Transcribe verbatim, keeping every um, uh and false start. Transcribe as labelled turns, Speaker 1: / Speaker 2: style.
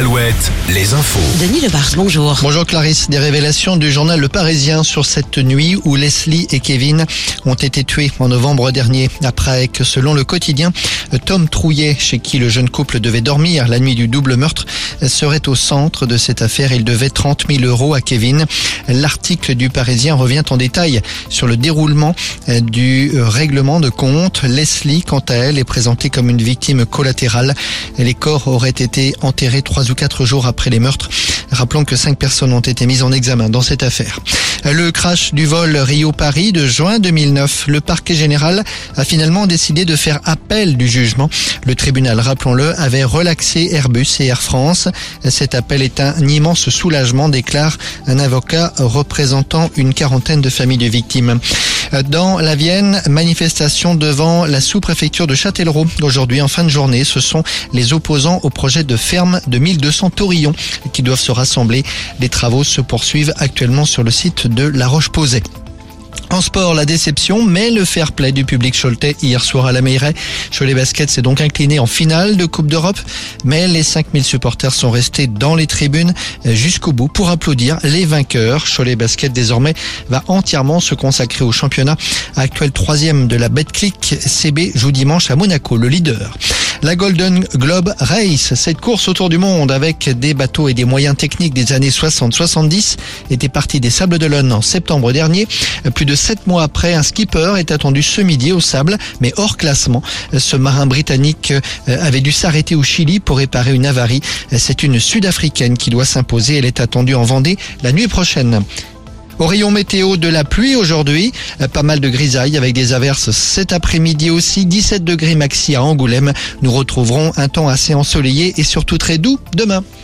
Speaker 1: Alouette, les infos.
Speaker 2: Denis Lebars, bonjour.
Speaker 3: Bonjour Clarisse. Des révélations du journal Le Parisien sur cette nuit où Leslie et Kevin ont été tués en novembre dernier. Après que, selon le quotidien, Tom Trouillet, chez qui le jeune couple devait dormir la nuit du double meurtre, serait au centre de cette affaire. Il devait trente mille euros à Kevin. L'article du Parisien revient en détail sur le déroulement du règlement de compte. Leslie, quant à elle, est présentée comme une victime collatérale. Les corps auraient été enterrés trois ou quatre jours après les meurtres. Rappelons que cinq personnes ont été mises en examen dans cette affaire. Le crash du vol Rio-Paris de juin deux mille neuf. Le parquet général a finalement décidé de faire appel du jugement. Le tribunal, rappelons-le, avait relaxé Airbus et Air France. Cet appel est un immense soulagement, déclare un avocat représentant une quarantaine de familles de victimes. Dans la Vienne, manifestation devant la sous-préfecture de Châtellerault. Aujourd'hui, en fin de journée, ce sont les opposants au projet de ferme de mille deux cents taurillons qui doivent se rassembler. Les travaux se poursuivent actuellement sur le site de La Roche-Posay. En sport, la déception, mais le fair play du public choletais hier soir à la Meilleraye. Cholet Basket s'est donc incliné en finale de Coupe d'Europe, mais les cinq mille supporters sont restés dans les tribunes jusqu'au bout pour applaudir les vainqueurs. Cholet Basket, désormais, va entièrement se consacrer au championnat. Actuel troisième de la Betclic, C B joue dimanche à Monaco, le leader. La Golden Globe Race, cette course autour du monde avec des bateaux et des moyens techniques des années soixante soixante-dix, était partie des Sables d'Olonne en septembre dernier. Plus de sept mois après, un skipper est attendu ce midi au Sable, mais hors classement. Ce marin britannique avait dû s'arrêter au Chili pour réparer une avarie. C'est une Sud-Africaine qui doit s'imposer. Elle est attendue en Vendée la nuit prochaine. Au rayon météo, de la pluie aujourd'hui, pas mal de grisailles avec des averses cet après-midi aussi, dix-sept degrés maxi à Angoulême. Nous retrouverons un temps assez ensoleillé et surtout très doux demain.